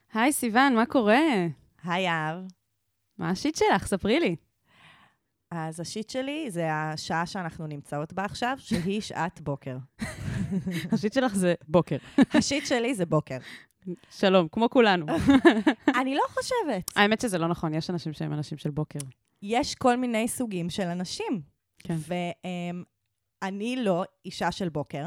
היי סיוון, מה קורה? היי אהב. מה השיט שלך? ספרי לי. אז השיט שלי זה השעה שאנחנו נמצאות בה עכשיו, שהיא שעת בוקר. השיט שלך זה בוקר. השיט שלי זה בוקר. שלום, כמו כולנו. אני לא חושבת. האמת שזה לא נכון, יש אנשים שהם אנשים של בוקר. יש כל מיני סוגים של אנשים. כן. ואני לא אישה של בוקר,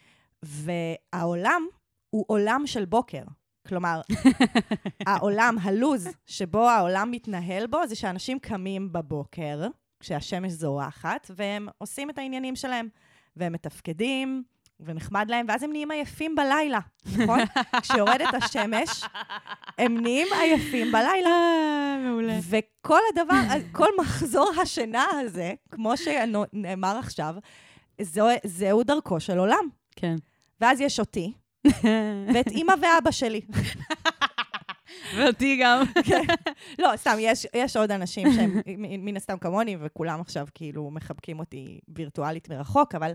והעולם הוא עולם של בוקר. כלומר, העולם, הלוז שבו העולם מתנהל בו, זה שאנשים קמים בבוקר, כשהשמש זורחת, והם עושים את העניינים שלהם, והם מתפקדים, ונחמד להם, ואז הם נהיים עייפים בלילה, נכון? כשיורדת השמש, הם נהיים עייפים בלילה. מעולה. וכל הדבר, כל מחזור השינה הזה, כמו שנאמר עכשיו, זהו דרכו של עולם. כן. ואז יש אותי, ואת אמא ואבא שלי. ואותי גם. לא, סתם, יש עוד אנשים שהם מן הסתם כמוני, וכולם עכשיו כאילו מחבקים אותי וירטואלית מרחוק, אבל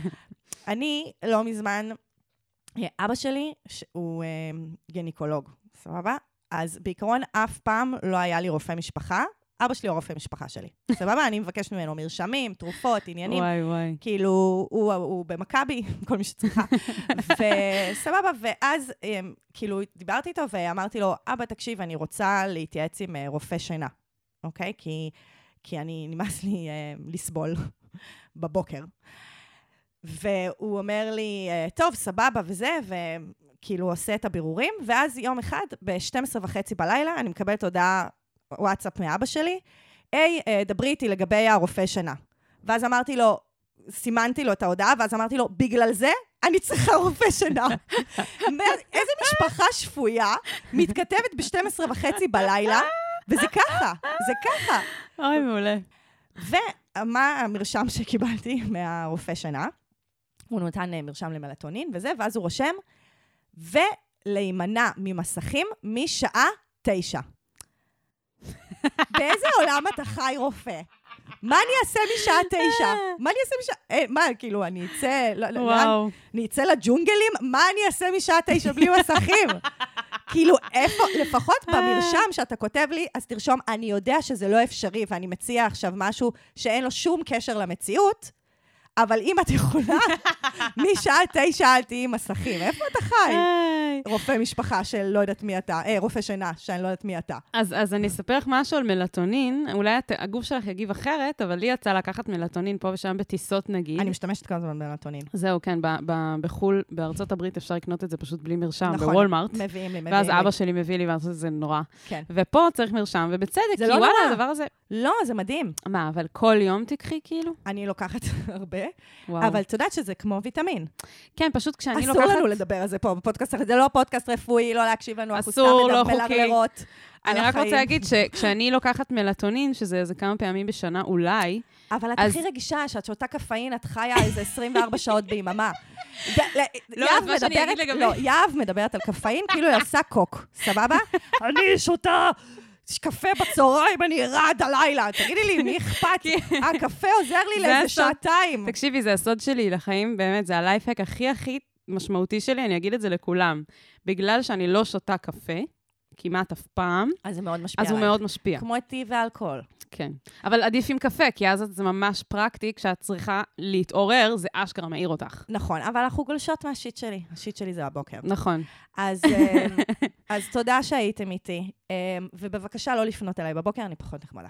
אני לא מזמן, אבא שלי הוא גניקולוג, סבבה? אז בעיקרון אף פעם לא היה לי רופא משפחה, אבא שלי הוא רופא משפחה שלי. סבבה, אני מבקשת ממנו מרשמים, תרופות, עניינים. וואי, וואי. כאילו, הוא במכבי, כל מי שצריכה. וסבבה, ואז כאילו דיברתי איתו ואמרתי לו, אבא, תקשיב, אני רוצה להתייעץ עם רופא שינה, אוקיי? כי אני נמאס לי לסבול בבוקר. והוא אומר לי, טוב, סבבה וזה, וכאילו עושה את הבירורים, ואז יום אחד, ב-12:30 בלילה, אני מקבלת הודעה וואטסאפ מאבא שלי, דברי איתי לגבי הרופא שינה. ואז אמרתי לו, סימנתי לו את ההודעה, ואז אמרתי לו, בגלל זה אני צריכה רופא שינה. איזה משפחה שפויה, מתכתבת ב-12:30 בלילה, וזה ככה, זה ככה. אוי, מעולה. ומה המרשם שקיבלתי מהרופא שינה? הוא נותן מרשם למלטונין וזה, ואז הוא רושם, ולהימנע ממסכים משעה 9. באיזה עולם אתה חי רופא? מה אני אעשה משעה 9? מה אני אעשה משעה... מה, כאילו, אני אצא לג'ונגלים? מה אני אעשה משעה 9 בלי מסכים? כאילו, איפה, לפחות במרשם שאתה כותב לי, אז תרשום, אני יודע שזה לא אפשרי, ואני מציע עכשיו משהו שאין לו שום קשר למציאות, אבל אם את יכולה, משעה 9 אל תהיי מסכים. איפה אתה חי? רופא משפחה של לא יודעת מי אתה, רופא שינה שאני לא יודעת מי אתה. אז אני אספר לך משהו על מלטונין, אולי הגוף שלך יגיב אחרת, אבל לי יצא לקחת מלטונין פה ושם בטיסות נגיד. אני משתמשת כל הזמן במלטונין. זהו, כן, בחול, בארצות הברית אפשר לקנות את זה פשוט בלי מרשם, נכון, בוולמארט. מביאים לי. ואז אבא שלי מביא לי, ואני חושבת שזה נורא. כן. ופה צריך מרשם, ובצדק, כי לא וואלה, נורא. הדבר הזה... לא, זה מדהים. מה, אבל כל יום תקחי כאילו? אני לוקחת הרבה, וואו. אבל את יודעת שזה כמו ויטמין. כן, פשוט כשאני לוקחת... אסור לנו לדבר על זה פה בפודקאסט, זה לא פודקאסט רפואי, לא להקשיב לנו, אנחנו סתם אסור, לא חוקי. מלרלרות על אני רק החיים. רוצה להגיד שכשאני לוקחת מלטונין, שזה כמה פעמים בשנה אולי... אבל את הכי רגישה, שאת שותה קפאין, את חיה איזה 24 שעות ביממה. יאב מדברת על קפאין, כאילו היא עושה קוק, סבבה? אני שותה קפה בצהריים, אני רעד הלילה. תגידי לי, מי אכפת? הקפה עוזר לי לאיזה שעתיים. תקשיבי, זה הסוד שלי לחיים, באמת, זה הלייפהק הכי משמעותי שלי, אני אגיד את זה לכולם. בגלל שאני לא שותה קפה, כמעט אף פעם, אז זה מאוד משפיע. אז הוא מאוד משפיע. כמו טי ואלכוהול. כן. אבל עדיף עם קפה, כי אז זה ממש פרקטי, כשאת צריכה להתעורר, זה אשכרה מעיר אותך. נכון, אבל אנחנו גולשות מהשיט שלי. השיט שלי זה הבוקר. נכון. אז תודה שהייתם איתי, ובבקשה לא לפנות אליי בבוקר, אני פחות נחמדה.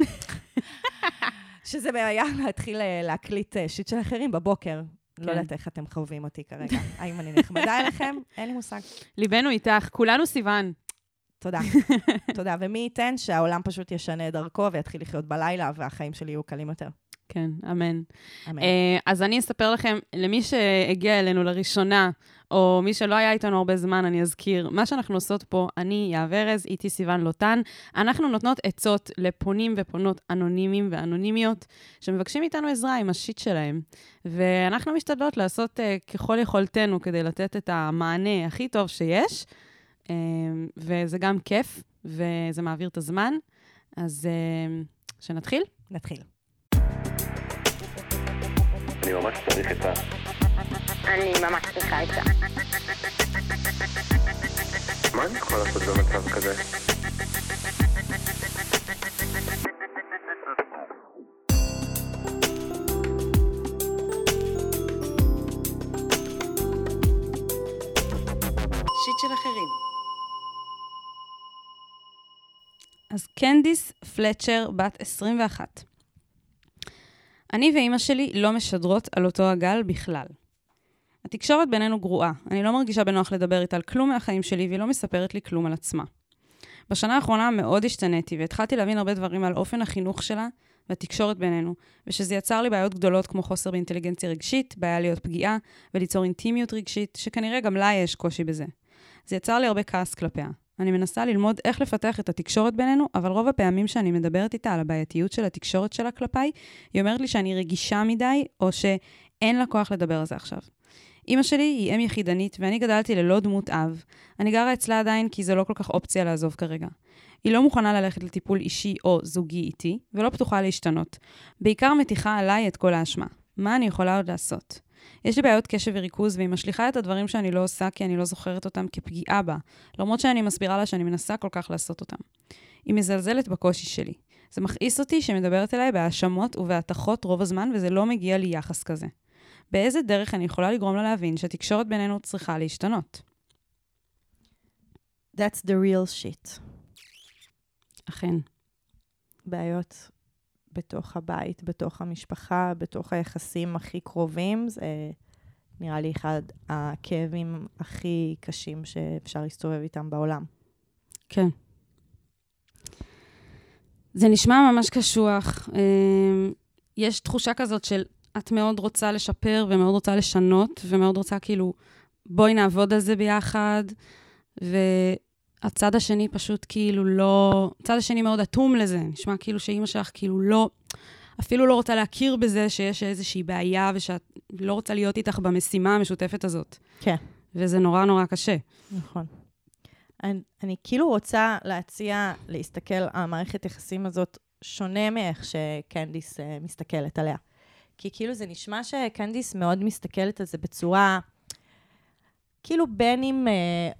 שזה בעיה להתחיל להקליט שיט של אחרים בבוקר. לא יודעת איך אתם חווים אותי כרגע. האם אני נחמדה אליכם? אין לי מושג. ליבנו איתך, כולנו סיוון. תודה. תודה. ומי ייתן שהעולם פשוט ישנה דרכו ויתחיל לחיות בלילה, והחיים שלי יהיו קלים יותר. כן, אמן. אמן. אז אני אספר לכם, למי שהגיע אלינו לראשונה, או מי שלא היה איתנו הרבה זמן, אני אזכיר, מה שאנחנו עושות פה, אני, יהב ארז, איתי סיוון לוטן, אנחנו נותנות עצות לפונים ופונות אנונימיים ואנונימיות, שמבקשים איתנו עזרה עם השיט שלהם. ואנחנו משתדלות לעשות ככל יכולתנו, כדי לתת את המענה הכי טוב שיש, וזה גם כיף, וזה מעביר את הזמן. אז שנתחיל? נתחיל. אני ממש צריך את אני ממש צריכה את זה. מה אני יכול לעשות במצב כזה? שיט של אחרים. אז קנדיס פלצ'ר, בת 21. אני ואימא שלי לא משדרות על אותו הגל בכלל. התקשורת בינינו גרועה. אני לא מרגישה בנוח לדבר איתה על כלום מהחיים שלי, והיא לא מספרת לי כלום על עצמה. בשנה האחרונה מאוד השתניתי, והתחלתי להבין הרבה דברים על אופן החינוך שלה והתקשורת בינינו, ושזה יצר לי בעיות גדולות כמו חוסר באינטליגנציה רגשית, בעיה להיות פגיעה, וליצור אינטימיות רגשית, שכנראה גם לה יש קושי בזה. זה יצר לי הרבה כעס כלפיה. אני מנסה ללמוד איך לפתח את התקשורת בינינו, אבל רוב הפעמים שאני מדברת איתה על הבעייתיות של התקשורת שלה כלפיי, היא אומרת לי שאני רגישה מדי, או שאין לה כוח לדבר על זה עכשיו. אמא שלי היא אם יחידנית, ואני גדלתי ללא דמות אב. אני גרה אצלה עדיין כי זה לא כל כך אופציה לעזוב כרגע. היא לא מוכנה ללכת לטיפול אישי או זוגי איתי, ולא פתוחה להשתנות. בעיקר מתיחה עליי את כל האשמה. מה אני יכולה עוד לעשות? יש לי בעיות קשב וריכוז, והיא משליחה את הדברים שאני לא עושה, כי אני לא זוכרת אותם כפגיעה בה, למרות שאני מסבירה לה שאני מנסה כל כך לעשות אותם. היא מזלזלת בקושי שלי. זה מכעיס אותי שמדברת אליי בהאשמות ובהתחות רוב הזמן, וזה לא מגיע לי יחס כזה. באיזה דרך אני יכולה לגרום לה להבין שהתקשורת בינינו צריכה להשתנות? That's the real shit. אכן. בעיות בתוך הבית, בתוך המשפחה, בתוך היחסים הכי קרובים, זה נראה לי אחד הכאבים הכי קשים שאפשר להסתובב איתם בעולם. כן. זה נשמע ממש קשוח. יש תחושה כזאת של את מאוד רוצה לשפר ומאוד רוצה לשנות, ומאוד רוצה כאילו, בואי נעבוד על זה ביחד, והצד השני פשוט כאילו לא, הצד השני מאוד אטום לזה, נשמע כאילו שאמא שלך כאילו לא, אפילו לא רוצה להכיר בזה שיש איזושהי בעיה, ושאת לא רוצה להיות איתך במשימה המשותפת הזאת. כן. וזה נורא נורא קשה. נכון. אני כאילו רוצה להציע, להסתכל על המערכת יחסים הזאת, שונה מאיך שקנדיס מסתכלת עליה. כי כאילו זה נשמע שקנדיס מאוד מסתכלת על זה בצורה, כאילו בין אם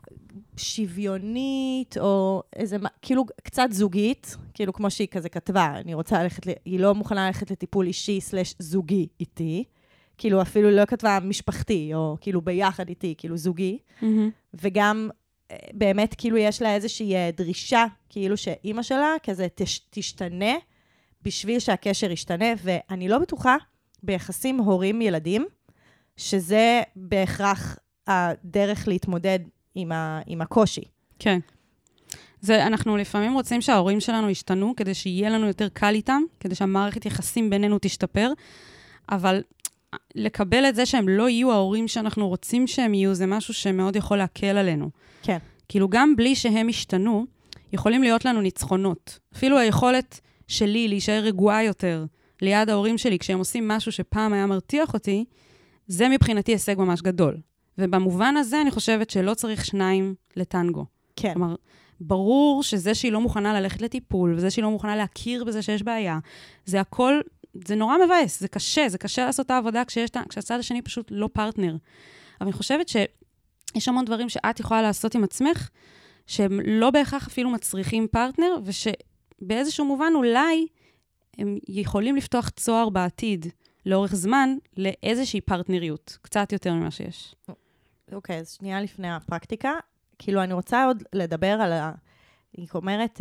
שוויונית, או איזה, כאילו קצת זוגית, כאילו כמו שהיא כזה כתבה, אני רוצה ללכת, היא לא מוכנה ללכת לטיפול אישי / זוגי איתי, כאילו אפילו לא כתבה משפחתי, או כאילו ביחד איתי, כאילו זוגי, וגם באמת כאילו יש לה איזושהי דרישה, כאילו שאימא שלה כזה תשתנה, בשביל שהקשר ישתנה, ואני לא בטוחה ביחסים הורים-ילדים, שזה בהכרח הדרך להתמודד עם הקושי. כן. אנחנו לפעמים רוצים שההורים שלנו ישתנו, כדי שיהיה לנו יותר קל איתם, כדי שהמערכת יחסים בינינו תשתפר, אבל לקבל את זה שהם לא יהיו ההורים שאנחנו רוצים שהם יהיו, זה משהו שמאוד יכול להקל עלינו. כן. כאילו גם בלי שהם ישתנו, יכולים להיות לנו ניצחונות. אפילו היכולת שלי להישאר רגועה יותר ליד ההורים שלי, כשהם עושים משהו שפעם היה מרתיח אותי, זה מבחינתי הישג ממש גדול. ובמובן הזה אני חושבת שלא צריך שניים לטנגו. כן. כלומר, ברור שזה שהיא לא מוכנה ללכת לטיפול, וזה שהיא לא מוכנה להכיר בזה שיש בעיה, זה הכל, זה נורא מבאס, זה קשה לעשות את העבודה כשהצד השני פשוט לא פרטנר. אבל אני חושבת שיש המון דברים שאת יכולה לעשות עם עצמך, שהם לא בהכרח אפילו מצריכים פרטנר, ושבאיזשהו מובן אולי הם יכולים לפתוח צוהר בעתיד, לאורך זמן, לאיזושהי פרטנריות, קצת יותר ממה שיש. אוקיי, אז שנייה לפני הפרקטיקה, כאילו אני רוצה עוד לדבר על היא אומרת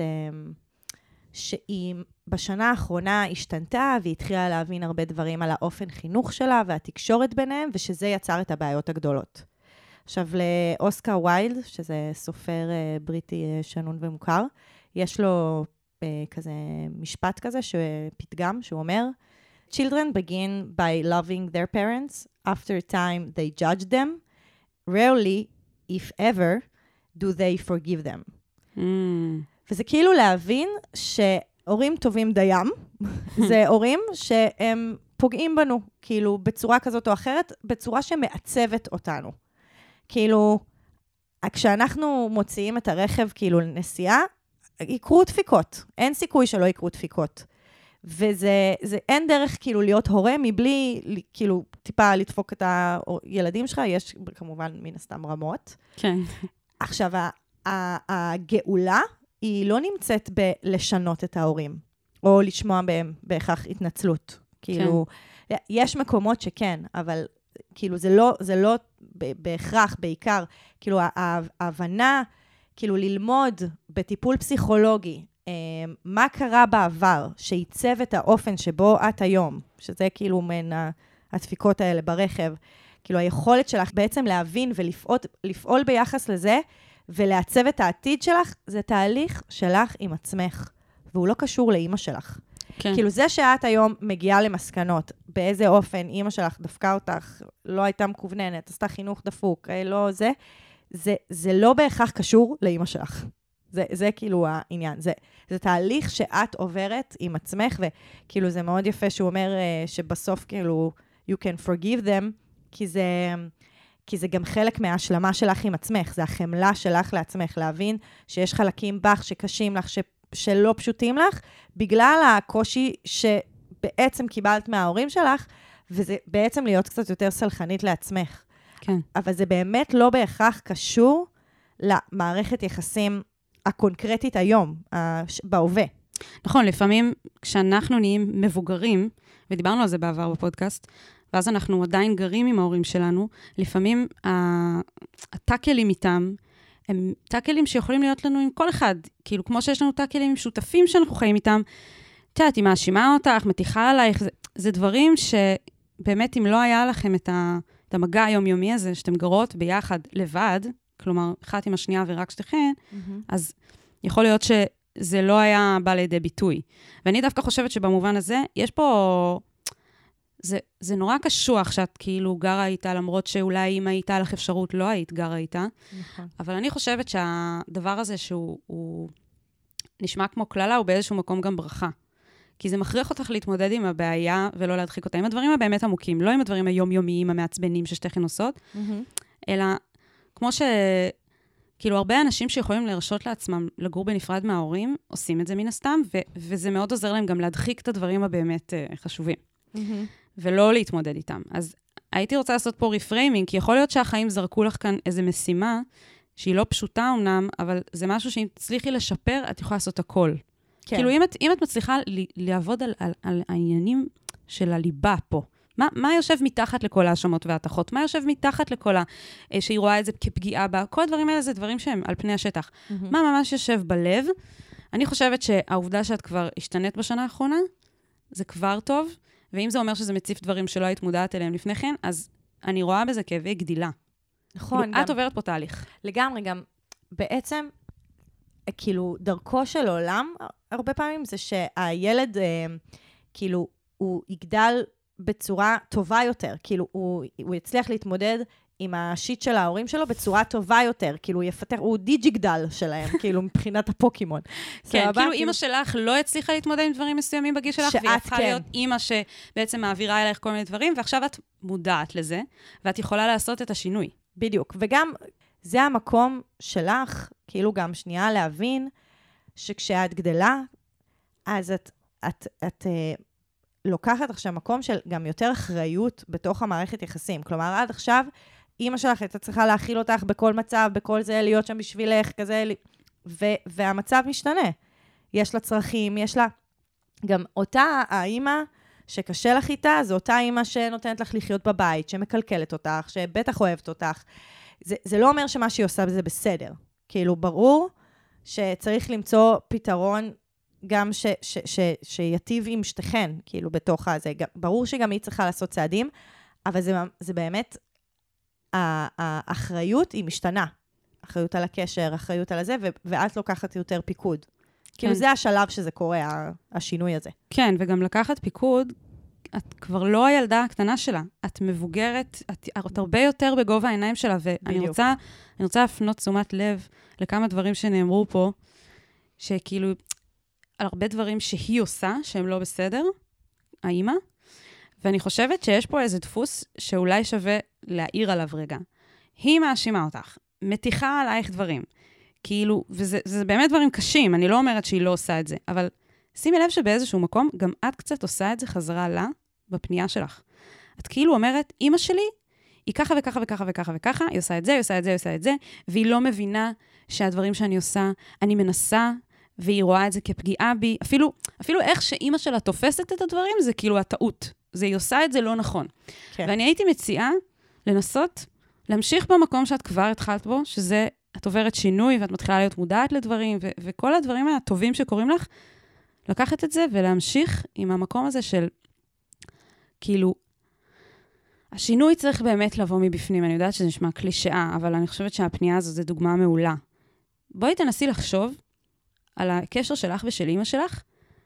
שהיא בשנה האחרונה השתנתה, והיא התחילה להבין הרבה דברים על האופן חינוך שלה, והתקשורת ביניהם, ושזה יצר את הבעיות הגדולות. עכשיו, לאוסקר ויילד, שזה סופר בריטי שנון ומוכר, יש לו כזה משפט כזה, פתגם, שהוא אומר, Children begin by loving their parents. After time, they judge them. Rarely, if ever, do they forgive them. וזה כאילו להבין שהורים טובים דיים, זה הורים שהם פוגעים בנו, כאילו בצורה כזאת או אחרת, בצורה שמעצבת אותנו. כאילו, כשאנחנו מוציאים את הרכב כאילו לנסיעה, יקרו דפיקות. אין סיכוי שלא יקרו דפיקות. וזה אין דרך כאילו להיות הורה מבלי כאילו טיפה לדפוק את הילדים שלך, יש כמובן מן הסתם רמות. כן. עכשיו, הגאולה היא לא נמצאת בלשנות את ההורים, או לשמוע בהם בהכרח התנצלות. כאילו, יש מקומות שכן, אבל כאילו זה לא בהכרח, בעיקר, כאילו ההבנה, כאילו ללמוד בטיפול פסיכולוגי, מה קרה בעבר, שעיצב את האופן שבו את היום, שזה כאילו מן הדפיקות האלה ברכב, כאילו היכולת שלך בעצם להבין ולפעול ביחס לזה, ולעצב את העתיד שלך, זה תהליך שלך עם עצמך, והוא לא קשור לאמא שלך. כן. כאילו זה שאת היום מגיעה למסקנות, באיזה אופן אמא שלך דפקה אותך, לא הייתה מכווננת, עשתה חינוך דפוק, לא זה לא בהכרח קשור לאמא שלך. זה כאילו העניין. זה תהליך שאת עוברת עם עצמך, וכאילו זה מאוד יפה שהוא אומר שבסוף כאילו you can forgive them, כי זה גם חלק מההשלמה שלך עם עצמך, זה החמלה שלך לעצמך, להבין שיש חלקים בך שקשים לך, שלא פשוטים לך, בגלל הקושי שבעצם קיבלת מההורים שלך, וזה בעצם להיות קצת יותר סלחנית לעצמך. כן. אבל זה באמת לא בהכרח קשור למערכת יחסים הקונקרטית היום, בהווה. נכון, לפעמים כשאנחנו נהיים מבוגרים, ודיברנו על זה בעבר בפודקאסט, ואז אנחנו עדיין גרים עם ההורים שלנו, לפעמים הטאקלים איתם, הם טאקלים שיכולים להיות לנו עם כל אחד, כאילו כמו שיש לנו טאקלים עם שותפים שאנחנו חיים איתם, תעת, היא מאשימה אותך, מתיחה עלייך, זה דברים שבאמת אם לא היה לכם את המגע היומיומי הזה, שאתם גרות ביחד לבד, כלומר, אחת עם השנייה ורק שתיכן, אז יכול להיות שזה לא היה בא לידי ביטוי. ואני דווקא חושבת שבמובן הזה, יש פה... זה נורא קשוח שאת כאילו גרה איתה, למרות שאולי אם הייתה לך אפשרות, לא היית גרה איתה. נכון. אבל אני חושבת שהדבר הזה שהוא נשמע כמו כללה, הוא באיזשהו מקום גם ברכה. כי זה מכריח אותך להתמודד עם הבעיה ולא להדחיק אותה. עם הדברים הבאמת עמוקים, לא עם הדברים היומיומיים, המעצבנים ששתיכן עושות, אלא כמו כאילו הרבה אנשים שיכולים להרשות לעצמם לגור בנפרד מההורים, עושים את זה מן הסתם, וזה מאוד עוזר להם גם להדחיק את הדברים הבאמת חשובים. ולא להתמודד איתם. אז הייתי רוצה לעשות פה רפריימינג, כי יכול להיות שהחיים זרקו לך כאן איזו משימה, שהיא לא פשוטה אמנם, אבל זה משהו שאם תצליחי לשפר, את יכולה לעשות הכל. כן. כאילו, אם את מצליחה לעבוד על העניינים של הליבה פה, מה יושב מתחת לכל האשמות וההתחות? מה יושב מתחת לכל שהיא רואה את זה כפגיעה בה? כל הדברים האלה זה דברים שהם על פני השטח. מה ממש יושב בלב? אני חושבת שהעובדה שאת כבר השתנית בשנה האחרונה, זה כבר טוב, ואם זה אומר שזה מציף דברים שלא היית מודעת אליהם לפני כן, אז אני רואה בזה כאבי גדילה. נכון. את עוברת פה תהליך. לגמרי, גם בעצם, כאילו, דרכו של עולם, הרבה פעמים זה שהילד, כאילו, הוא יגדל בצורה טובה יותר. כאילו, הוא יצליח להתמודד עם השיט של ההורים שלו בצורה טובה יותר. כאילו, הוא יפתח, הוא דיג'יגדל שלהם, כאילו, מבחינת הפוקימון. כן, כאילו, אמא שלך לא הצליחה להתמודד עם דברים מסוימים בגיל שלך, והיא הפכה להיות אמא שבעצם מעבירה אלייך כל מיני דברים, ועכשיו את מודעת לזה, ואת יכולה לעשות את השינוי. בדיוק, וגם זה המקום שלך, כאילו גם שנייה להבין, שכשאת גדלה, אז את לוקחת עכשיו מקום של גם יותר אחריות בתוך המערכת יחסים. כלומר, עד עכשיו, אמא שלך הייתה צריכה להכיל אותך בכל מצב, בכל זה, להיות שם בשבילך, כזה, והמצב משתנה. יש לה צרכים, יש לה... גם אותה האמא שקשה לך איתה, זו אותה אמא שנותנת לך לחיות בבית, שמקלקלת אותך, שבטח אוהבת אותך. זה לא אומר שמה שהיא עושה זה בסדר. כאילו, ברור שצריך למצוא פתרון גם שיטיב עם שתיכן, כאילו, בתוך הזה. ברור שגם היא צריכה לעשות צעדים, אבל זה באמת, האחריות היא משתנה. אחריות על הקשר, אחריות על הזה, ואת לוקחת יותר פיקוד. כאילו, זה השלב שזה קורה, השינוי הזה. כן, וגם לקחת פיקוד, את כבר לא הילדה הקטנה שלה. את מבוגרת, את הרבה יותר בגובה העיניים שלה, ואני רוצה להפנות תשומת לב לכמה דברים שנאמרו פה, שכאילו, על הרבה דברים שהיא עושה, שהם לא בסדר, האמא, ואני חושבת שיש פה איזה דפוס שאולי שווה להעיר עליו רגע. היא מאשימה אותך, מתיחה עלייך דברים, כאילו, וזה באמת דברים קשים, אני לא אומרת שהיא לא עושה את זה, אבל שימי לב שבאיזשהו מקום, גם את קצת עושה את זה חזרה לה, בפנייה שלך. את כאילו אומרת, אמא שלי, היא ככה וככה וככה וככה וככה, היא עושה את זה, היא עושה את זה, היא עושה את זה, והיא לא מבינה שהדברים שאני עושה, אני מנסה, והיא רואה את זה כפגיעה בי. אפילו איך שאימא שלה תופסת את הדברים, זה כאילו הטעות. היא עושה את זה לא נכון. כן. ואני הייתי מציעה לנסות להמשיך במקום שאת כבר התחלת בו, שזה, את עוברת שינוי, ואת מתחילה להיות מודעת לדברים, וכל הדברים הטובים שקורים לך, לקחת את זה ולהמשיך עם המקום הזה של, כאילו, השינוי צריך באמת לבוא מבפנים. אני יודעת שזה נשמע קלישאה, אבל אני חושבת שהפנייה הזו זו דוגמה מעולה. בואי תנסי לחשוב על הקשר שלך ושל אמא שלך,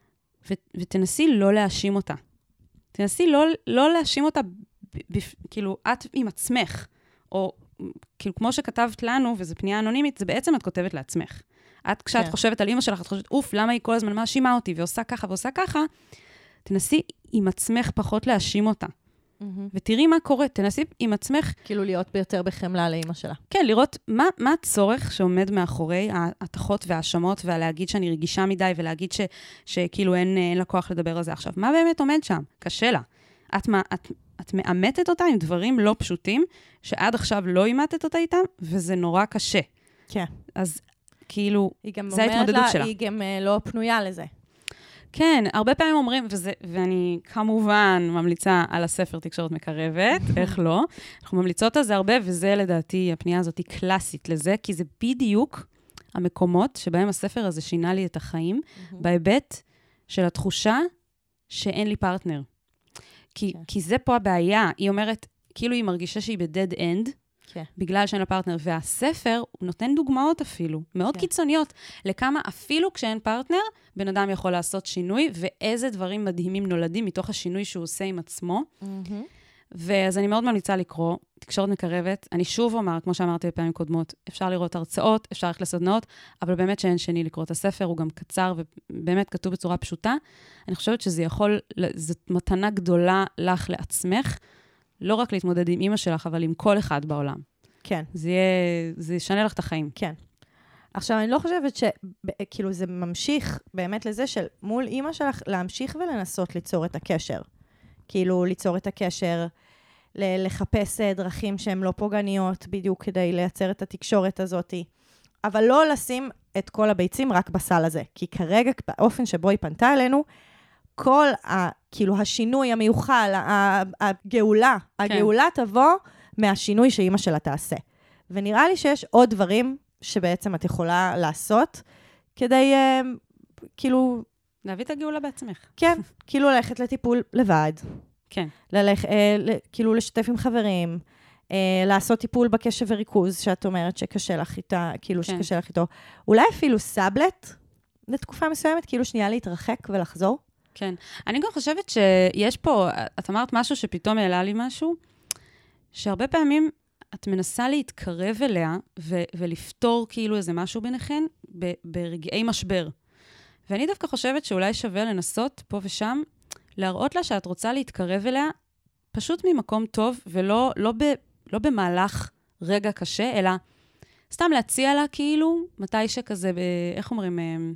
ותנסי לא להאשים אותה. תנסי לא להאשים אותה, כאילו, את עם עצמך, או כאילו, כמו שכתבת לנו, וזו פנייה אנונימית, זה בעצם את כותבת לעצמך. כשאת חושבת על אמא שלך, את חושבת, למה היא כל הזמן מאשימה אותי, ועושה ככה ועושה ככה, תנסי עם עצמך פחות להאשים אותה. ותראי מה קורה, תנסי עם עצמך. כאילו להיות ביותר בחמלה לאמא שלה. כן, לראות מה הצורך שעומד מאחורי ההתחות והאשמות, ולהגיד שאני רגישה מדי, ולהגיד שכאילו אין לה כוח לדבר על זה עכשיו. מה באמת עומד שם? קשה לה. את מאמתת אותה עם דברים לא פשוטים, שעד עכשיו לא אימתת אותה איתם, וזה נורא קשה. כן. אז כאילו, זה ההתמודדות שלה. היא גם לא פנויה לזה. כן, הרבה פעמים אומרים, ואני כמובן ממליצה על הספר תקשורת מקרבת, איך לא? אנחנו ממליצות על זה הרבה, וזה לדעתי, הפנייה הזאת היא קלאסית לזה, כי זה בדיוק המקומות שבהם הספר הזה שינה לי את החיים, בהיבט של התחושה שאין לי פרטנר. כי זה פה הבעיה, היא אומרת, כאילו היא מרגישה שהיא ב-dead end, בגלל שאין לה פרטנר, והספר הוא נותן דוגמאות אפילו, מאוד קיצוניות, לכמה אפילו כשאין פרטנר, בן אדם יכול לעשות שינוי, ואיזה דברים מדהימים נולדים מתוך השינוי שהוא עושה עם עצמו. ואז אני מאוד ממליצה לקרוא, תקשורת מקרבת. אני שוב אומר, כמו שאמרתי בפעמים קודמות, אפשר לראות הרצאות, אפשר ללכת לסדנאות, אבל באמת שאין שני לקרוא את הספר, הוא גם קצר ובאמת כתוב בצורה פשוטה. אני חושבת שזה יכול, זאת מתנה גדולה לך לעצמך, לא רק להתמודד עם אמא שלך, אבל עם כל אחד בעולם. כן. זה ישנה לך את החיים. כן. עכשיו, אני לא חושבת שכאילו זה ממשיך באמת לזה של מול אמא שלך להמשיך ולנסות ליצור את הקשר. כאילו ליצור את הקשר, לחפש דרכים שהן לא פוגעניות, בדיוק כדי לייצר את התקשורת הזאת. אבל לא לשים את כל הביצים רק בסל הזה. כי כרגע, באופן שבו היא פנתה אלינו, כל כאילו השינוי המיוחל, הגאולה תבוא מהשינוי שאמא שלה תעשה. ונראה לי שיש עוד דברים שבעצם את יכולה לעשות, כדי כאילו... להביא את הגאולה בעצמך. כן, כאילו ללכת לטיפול לבד. כן. כאילו לשתף עם חברים, לעשות טיפול בקשב וריכוז, שאת אומרת שקשה לך איתה, כאילו שקשה לך איתו. אולי אפילו סאבלט לתקופה מסוימת, כאילו שנייה להתרחק ולחזור. כן. אני גם חושבת שיש פה, את אמרת משהו שפתאום העלה לי משהו, שהרבה פעמים את מנסה להתקרב אליה ולפתור כאילו איזה משהו ביניכן ברגעי משבר. ואני דווקא חושבת שאולי שווה לנסות פה ושם, להראות לה שאת רוצה להתקרב אליה פשוט ממקום טוב, ולא לא במהלך רגע קשה, אלא סתם להציע לה כאילו, מתי שכזה, איך אומרים,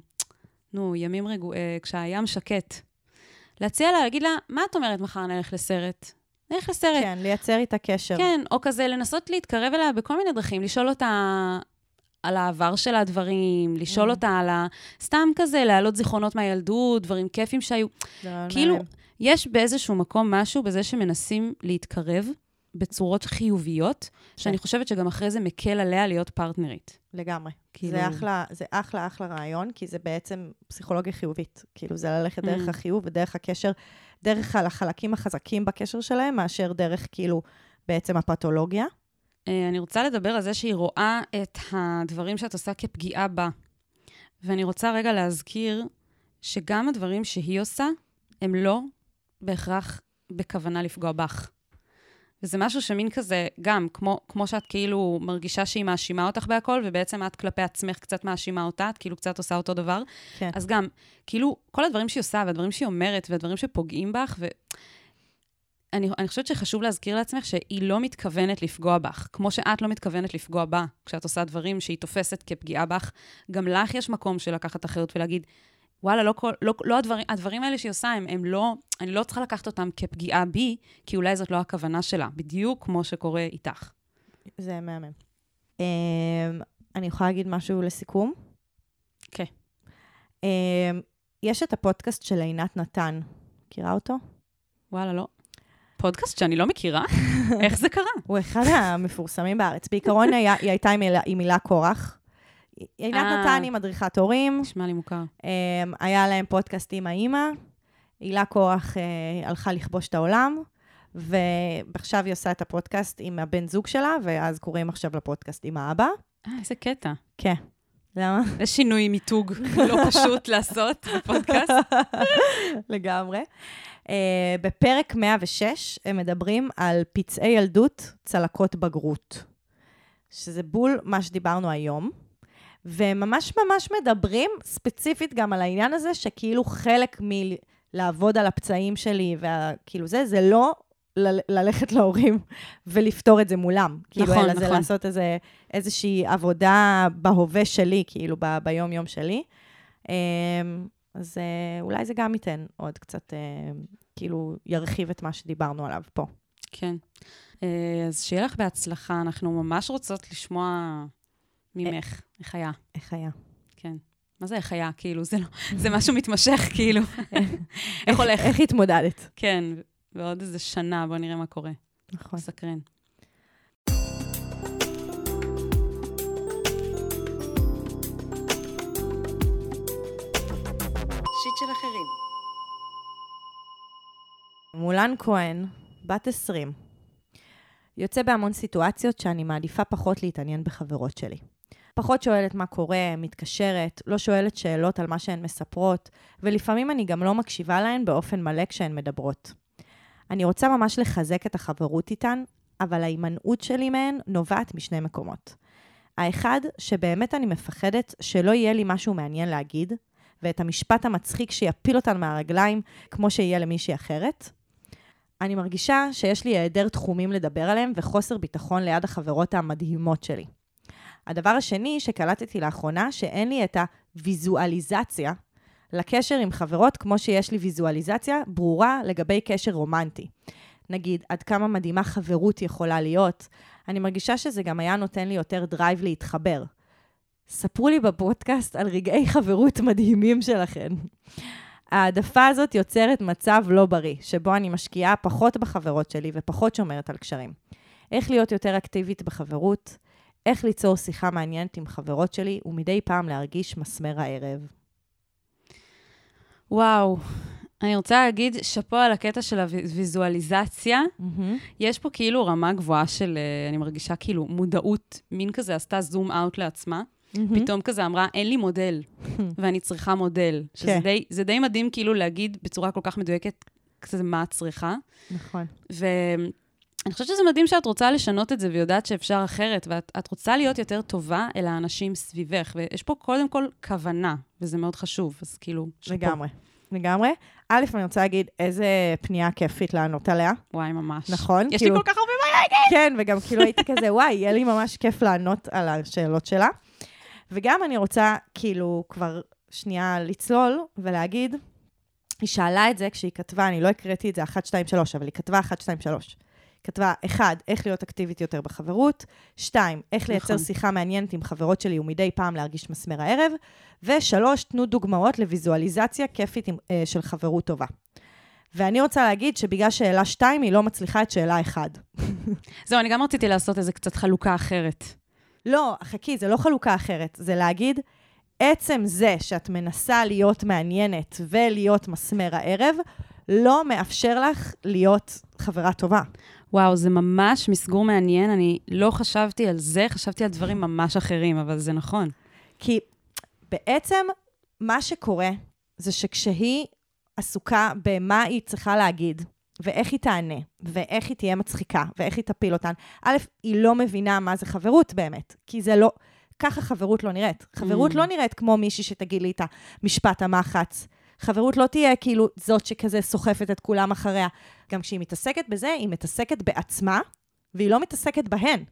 ימים כשהים שקט. להציע לה, להגיד לה, מה את אומרת מחר נלך לסרט? נלך לסרט. כן, לייצר איתה קשר. כן, או כזה לנסות להתקרב אליה בכל מיני דרכים, לשאול אותה על העבר של הדברים, לשאול אותה על סתם כזה, להעלות זיכרונות מהילדות, דברים כיפים שהיו. כאילו, יש באיזשהו מקום משהו בזה שמנסים להתקרב בצורות חיוביות, שאני חושבת שגם אחרי זה מקל עליה להיות פרטנרית. לגמרי. זה אחלה רעיון, כי זה בעצם פסיכולוגיה חיובית. כאילו, זה ללכת דרך החיוב ודרך הקשר, דרך החלקים החזקים בקשר שלהם, מאשר דרך כאילו בעצם הפתולוגיה. אני רוצה לדבר על זה שהיא רואה את הדברים שאת עושה כפגיעה בה. ואני רוצה רגע להזכיר שגם הדברים שהיא עושה, הם לא בהכרח בכוונה לפגוע בך. וזה משהו שמין כזה, גם כמו שאת כאילו מרגישה שהיא מאשימה אותך בהכל, ובעצם את כלפי עצמך קצת מאשימה אותה, את כאילו קצת עושה אותו דבר. כן. אז גם, כאילו, כל הדברים שהיא עושה, והדברים שהיא אומרת, והדברים שפוגעים בך, אני חושבת שחשוב להזכיר לעצמך שהיא לא מתכוונת לפגוע בך, כמו שאת לא מתכוונת לפגוע בה, כשאת עושה דברים שהיא תופסת כפגיעה בך, גם לך יש מקום של לקחת אחריות ולהגיד, וואלה, לא הדברים האלה שהיא עושה, הם לא, אני לא צריכה לקחת אותם כפגיעה בי, כי אולי זאת לא הכוונה שלה, בדיוק כמו שקורה איתך. זה מהמם. אני יכולה להגיד משהו לסיכום? כן. יש את הפודקאסט של עינת נתן. מכירה אותו? וואלה, לא. פודקאסט שאני לא מכירה? איך זה קרה? הוא אחד המפורסמים בארץ. בעיקרון היא הייתה עם מילה קורח. עינת נתן היא מדריכת הורים. נשמע לי מוכר. היה להם פודקאסט עם האמא. הילה קורח הלכה לכבוש את העולם, ועכשיו היא עושה את הפודקאסט עם הבן זוג שלה, ואז קוראים עכשיו לפודקאסט עם האבא. איזה קטע. כן. למה? זה שינוי מיתוג לא פשוט לעשות בפודקאסט. לגמרי. בפרק 106 הם מדברים על פצעי ילדות, צלקות בגרות. שזה בול מה שדיברנו היום. וממש ממש מדברים ספציפית גם על העניין הזה, שכאילו חלק מלעבוד על הפצעים שלי, וכאילו זה לא ללכת להורים ולפתור את זה מולם. כאילו, נכון, אלא נכון. זה לעשות איזושהי עבודה בהווה שלי, כאילו ביום יום שלי. אז אולי זה גם ייתן עוד קצת, כאילו ירחיב את מה שדיברנו עליו פה. כן. אז שיהיה לך בהצלחה, אנחנו ממש רוצות לשמוע ממך, איך היה. איך היה? כן. מה זה איך היה? כאילו, זה משהו מתמשך, כאילו. איך הולך? איך התמודדת? כן, ועוד איזה שנה, בוא נראה מה קורה. נכון. סקרן. שיט של אחרים. מולן כהן, בת 20. יוצא בהמון סיטואציות שאני מעדיפה פחות להתעניין בחברות שלי. פחות שואלת מה קורה, מתקשרת, לא שואלת שאלות על מה שהן מספרות, ולפעמים אני גם לא מקשיבה להן באופן מלא כשהן מדברות. אני רוצה ממש לחזק את החברות איתן, אבל ההימנעות שלי מהן נובעת משני מקומות. האחד, שבאמת אני מפחדת שלא יהיה לי משהו מעניין להגיד, ואת המשפט המצחיק שיפיל אותן מהרגליים, כמו שיהיה למישהי אחרת. אני מרגישה שיש לי היעדר תחומים לדבר עליהם, וחוסר ביטחון ליד החברות המדהימות שלי. הדבר השני שקלטתי לאחרונה, שאין לי את הוויזואליזציה לקשר עם חברות, כמו שיש לי ויזואליזציה ברורה לגבי קשר רומנטי. נגיד, עד כמה מדהימה חברות יכולה להיות. אני מרגישה שזה גם היה נותן לי יותר דרייב להתחבר. ספרו לי בפודקאסט על רגעי חברות מדהימים שלכם. העדפה הזאת יוצרת מצב לא בריא, שבו אני משקיעה פחות בחברות שלי ופחות שומרת על קשרים. איך להיות יותר אקטיבית בחברות, איך ליצור שיחה מעניינת עם חברות שלי, ומדי פעם להרגיש מסמר הערב. וואו, אני רוצה להגיד שפו על הקטע של הוויזואליזציה. יש פה כאילו רמה גבוהה של, אני מרגישה כאילו מודעות, מין כזה עשתה זום אאוט לעצמה. פתאום כזה אמרה, אין לי מודל, ואני צריכה מודל. שזה די מדהים כאילו להגיד בצורה כל כך מדויקת, כזה מה את צריכה. נכון. ואני חושבת שזה מדהים שאת רוצה לשנות את זה, ויודעת שאפשר אחרת, ואת רוצה להיות יותר טובה אל האנשים סביבך, ויש פה קודם כל כוונה, וזה מאוד חשוב, אז כאילו, לגמרי. לגמרי. א', אני רוצה להגיד איזה פנייה כיפית לענות עליה. וואי, ממש. נכון? יש לי כל כך הרבה מה להגיד. כן, וגם כאילו הייתי כזה, וואי, יהיה לי ממש כיף לענות על השאלות שלה. וגם אני רוצה כאילו כבר שנייה לצלול ולהגיד, היא שאלה את זה כשהיא כתבה, אני לא הקראתי את זה 1, 2, 3, אבל היא כתבה 1, 2, 3. כתבה 1, איך להיות אקטיבית יותר בחברות, 2, איך לייצר שיחה מעניינת עם חברות שלי ומדי פעם להרגיש מסמר הערב, ו3, תנו דוגמאות לויזואליזציה כיפית של חברות טובה. ואני רוצה להגיד שבגלל שאלה 2 היא לא מצליחה את שאלה 1. זהו, אני גם רציתי לעשות איזה קצת חלוקה אחרת. לא, חכי, זה לא חלוקה אחרת. זה להגיד, עצם זה שאת מנסה להיות מעניינת ולהיות מסמר הערב, לא מאפשר לך להיות חברה טובה. וואו, זה ממש מסגור מעניין. אני לא חשבתי על זה, חשבתי על דברים ממש אחרים, אבל זה נכון. כי בעצם מה שקורה זה שכשהיא עסוקה במה היא צריכה להגיד, ואיך היא תענה, ואיך היא תהיה מצחיקה, ואיך היא תפיל אותן. א', היא לא מבינה מה זה חברות באמת, כי זה לא, ככה חברות לא נראית. חברות לא נראית כמו מישהי שתגיד לי את המשפט המחץ. חברות לא תהיה כאילו זאת שכזה סוחפת את כולם אחריה. גם כשהיא מתעסקת בזה, היא מתעסקת בעצמה, והיא לא מתעסקת בהן.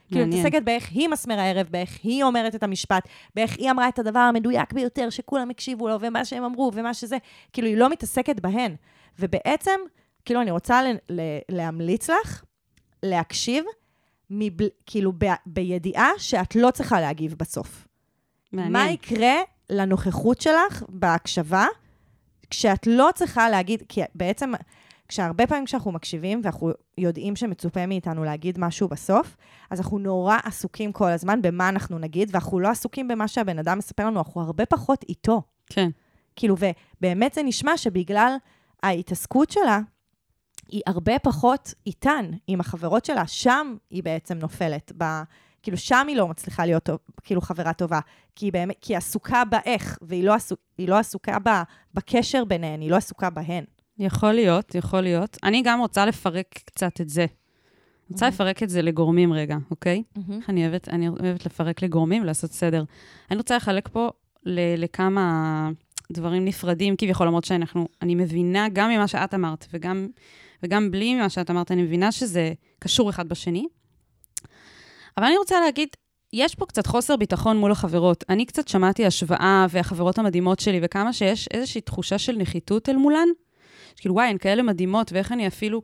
כאילו, מתעסקת באיך היא מסמר הערב, באיך היא אומרת את המשפט, באיך היא אמרה את הדבר המדויק ביותר, שכולם הקשיבו לו, ומה שהם אמרו, ומה שזה, כאילו, היא לא מתעסקת בהן. ובעצם, כאילו, אני רוצה להמליץ לך, להקשיב, כאילו, בידיעה שאת לא צריכה להגיב בסוף. מעניין. מה יקרה לנוכחות שלך בהקשבה, כשאת לא צריכה להגיד, כי בעצם, כשהרבה פעמים כשאנחנו מקשיבים, ואנחנו יודעים שמצופה מאיתנו להגיד משהו בסוף, אז אנחנו נורא עסוקים כל הזמן במה אנחנו נגיד, ואנחנו לא עסוקים במה שהבן אדם מספר לנו, אנחנו הרבה פחות איתו. כן. כאילו, ובאמת זה נשמע שבגלל ההתעסקות שלה, היא הרבה פחות איתן עם החברות שלה, שם היא בעצם נופלת, כאילו שם היא לא מצליחה להיות כאילו חברה טובה, כי היא עסוקה באיך, והיא לא עסוקה בקשר ביניהן, היא לא עסוקה בהן. יכול להיות. אני גם רוצה לפרק קצת את זה. רוצה לפרק את זה לגורמים רגע, אוקיי? אני אוהבת לפרק לגורמים ולעשות סדר. אני רוצה לחלק פה לכמה דברים נפרדים, כביכול, למרות אני מבינה גם ממה שאת אמרת, וגם בלי ממה שאת אמרת, אני מבינה שזה קשור אחד בשני. אבל אני רוצה להגיד, יש פה קצת חוסר ביטחון מול החברות. אני קצת שמעתי השוואה והחברות המדהימות שלי, וכמה שיש איזושהי תחושה של נחיתות אל מולן. כאילו, וואי, הן כאלה מדהימות, ואיך אני אפילו,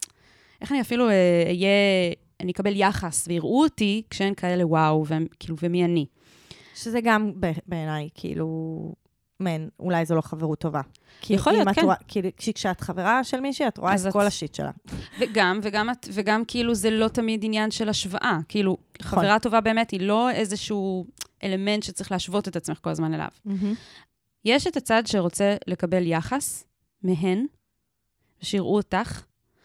אני אקבל יחס, ויראו אותי כשהן כאלה וואו, וכאילו, ומי אני. שזה גם בעיניי, כאילו, אולי זו לא חברות טובה. יכול להיות, כן. כי כשאת חברה של מישהי, את רואה את כל השיט שלה. וגם כאילו זה לא תמיד עניין של השוואה. כאילו, חברה טובה באמת היא לא איזשהו אלמנט שצריך להשוות את עצמך כל הזמן אליו. יש את הצד שרוצה לקבל יחס מהן, ושיראו אותך,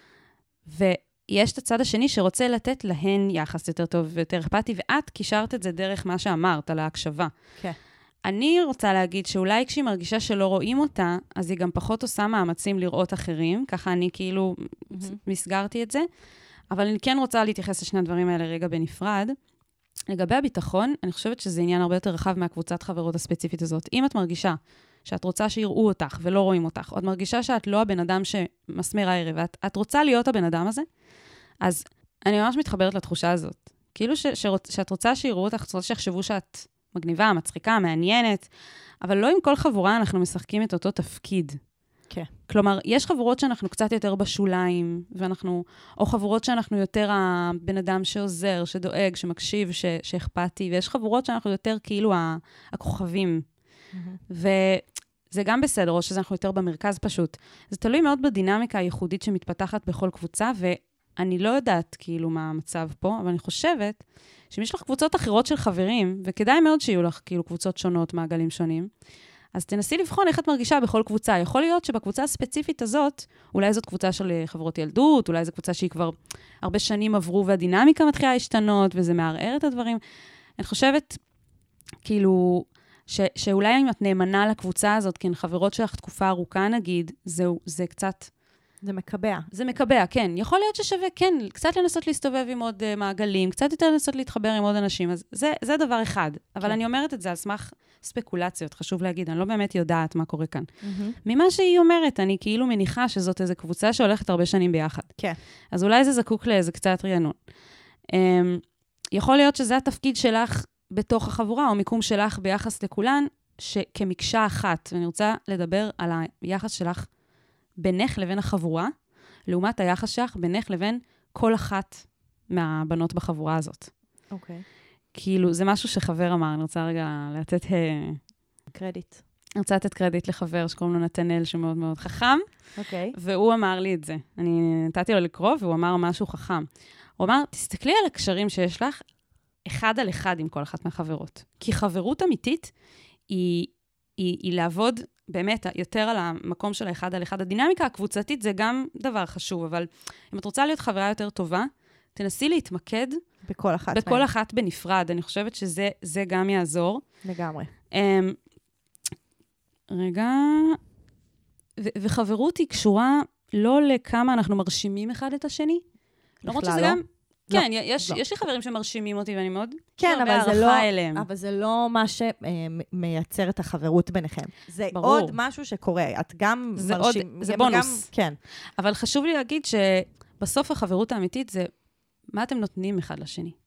ויש את הצד השני שרוצה לתת להן יחס יותר טוב ויותר אכפתי, ואת קישרת את זה דרך מה שאמרת על ההקשבה. כן. אני רוצה להגיד שאולי כשהיא מרגישה שלא רואים אותה, אז היא גם פחות עושה מאמצים לראות אחרים, ככה אני כאילו מסגרתי את זה, אבל אני כן רוצה להתייחס לשני הדברים האלה רגע בנפרד. לגבי הביטחון, אני חושבת שזה עניין הרבה יותר רחב מהקבוצת חברות הספציפית הזאת. אם את מרגישה שאת רוצה שיראו אותך ולא רואים אותך, או את מרגישה שאת לא הבן אדם שמסמר הערב, ואת רוצה להיות הבן אדם הזה, אז אני ממש מתחברת לתחושה הזאת. כאילו שאת רוצה שיראו אותך, את רוצה שיחשבו שאת מגניבה, מצחיקה, מעניינת, אבל לא עם כל חבורה אנחנו משחקים את אותו תפקיד. כן. כלומר, יש חבורות שאנחנו קצת יותר בשוליים, או חבורות שאנחנו יותר הבן אדם שעוזר, שדואג, שמקשיב, שאכפתי, ויש חבורות שאנחנו יותר כאילו הכוכבים. וזה גם בסדר, או שאנחנו יותר במרכז פשוט. זה תלוי מאוד בדינמיקה הייחודית שמתפתחת בכל קבוצה, ואני לא יודעת כאילו מה המצב פה, אבל אני חושבת שאם יש לך קבוצות אחרות של חברים, וכדאי מאוד שיהיו לך כאילו קבוצות שונות, מעגלים שונים, אז תנסי לבחון איך את מרגישה בכל קבוצה. יכול להיות שבקבוצה הספציפית הזאת, אולי זאת קבוצה של חברות ילדות, אולי זו קבוצה שהיא כבר הרבה שנים עברו, והדינמיקה מתחילה להשתנות, וזה מערער את הדברים. אני חושבת, כאילו, שאולי אם את נאמנה לקבוצה הזאת, כי הן חברות שלך תקופה ארוכה, נגיד, זה קצת... זה מקבע. זה מקבע, כן. יכול להיות ששווה, כן, קצת לנסות להסתובב עם עוד מעגלים, קצת יותר לנסות להתחבר עם עוד אנשים, אז זה דבר אחד. אבל אני אומרת את זה על סמך ספקולציות, חשוב להגיד, אני לא באמת יודעת מה קורה כאן. ממה שהיא אומרת, אני כאילו מניחה שזאת איזו קבוצה שהולכת הרבה שנים ביחד. כן. אז אולי זה זקוק לאיזה קצת רענון. יכול להיות שזה התפקיד שלך בתוך החבורה, או מיקום שלך ביחס לכולן, שכמקשה אחת, ואני רוצה לדבר על היחס שלך בינך לבין החבורה, לעומת היחס שלך בינך לבין כל אחת מהבנות בחבורה הזאת. אוקיי. כאילו, זה משהו שחבר אמר, אני רוצה רגע לתת... קרדיט. אני רוצה לתת קרדיט לחבר שקוראים לו נתנאל, שהוא מאוד מאוד חכם. אוקיי. והוא אמר לי את זה. אני נתתי לו לקרוא, והוא אמר משהו חכם. הוא אמר, תסתכלי על הקשרים שיש לך, אחד על אחד עם כל אחת מהחברות. כי חברות אמיתית היא לעבוד באמת יותר על המקום של האחד על אחד. הדינמיקה הקבוצתית זה גם דבר חשוב, אבל אם את רוצה להיות חברה יותר טובה, תנסי להתמקד בכל אחת בנפרד. אני חושבת שזה גם יעזור. לגמרי. רגע, וחברות היא קשורה לא לכמה אנחנו מרשימים אחד את השני. למרות שזה גם... כן, יש לי חברים שמרשימים אותי, ואני מאוד... כן, אבל זה לא מה שמייצר את החברות ביניכם. זה עוד משהו שקורה. את גם מרשים... זה בונוס. כן. אבל חשוב לי להגיד שבסוף החברות האמיתית זה מה אתם נותנים אחד לשני.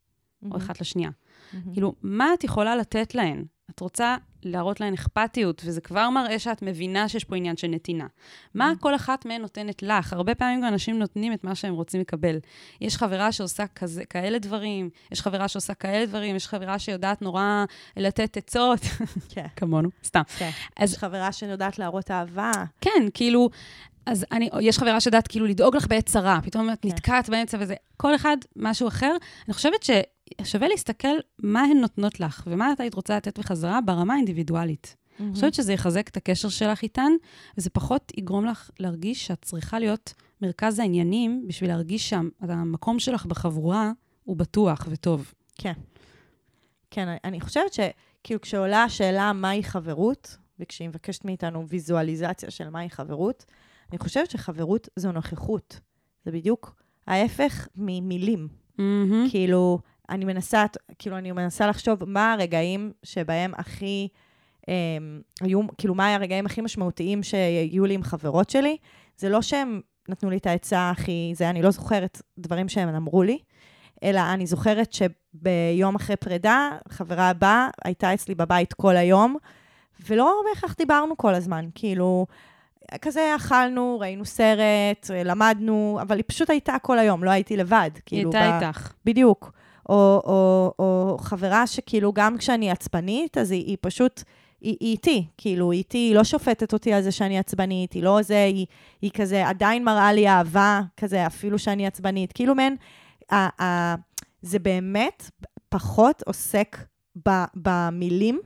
או אחת לשנייה. כאילו, מה את יכולה לתת להן? את רוצה להראות להן אכפתיות, וזה כבר מראה שאת מבינה שיש פה עניין של נתינה. מה כל אחת מהן נותנת לך? הרבה פעמים גם אנשים נותנים את מה שהם רוצים לקבל. יש חברה שעושה כאלה דברים, יש חברה שעושה כאלה דברים, יש חברה שיודעת נורא לתת עצות. כן. כמונו, סתם. כן. אז יש חברה שיודעת להראות אהבה. כן, כאילו, אז יש חברה שיודעת כאילו לדאוג לך בעת צרה, פתאום את נתקעת באמצע וזה, כל אחד משהו אחר. אני חושבת ששווה להסתכל מה הן נותנות לך, ומה את היית רוצה לתת בחזרה ברמה האינדיבידואלית. אני חושבת שזה יחזק את הקשר שלך איתן, וזה פחות יגרום לך להרגיש שאת צריכה להיות מרכז העניינים, בשביל להרגיש שהמקום שלך בחבורה הוא בטוח וטוב. כן. כן, אני חושבת שכאילו כשעולה השאלה מהי חברות, וכשהיא מבקשת מאיתנו ויזואליזציה של מהי חברות, אני חושבת שחברות זו נוכחות. זה בדיוק ההפך ממילים. כאילו, אני מנסה לחשוב מה הרגעים שבהם הכי, כאילו, מה הרגעים הכי משמעותיים שיהיו לי עם חברות שלי. זה לא שהם נתנו לי את העצה הכי, אני לא זוכרת דברים שהם אמרו לי, אלא אני זוכרת שביום אחרי פרידה, חברה הבאה הייתה אצלי בבית כל היום, ולא בהכרח דיברנו כל הזמן, כאילו, כזה אכלנו, ראינו סרט, למדנו, אבל היא פשוט הייתה כל היום, לא הייתי לבד. היא הייתה איתך. בדיוק. או חברה שכאילו גם כשאני עצבנית, אז היא פשוט, היא איתי, כאילו, היא לא שופטת אותי על זה שאני עצבנית, היא לא זה, היא כזה עדיין מראה לי אהבה, כזה אפילו שאני עצבנית. כאילו זה באמת פחות עוסק במילים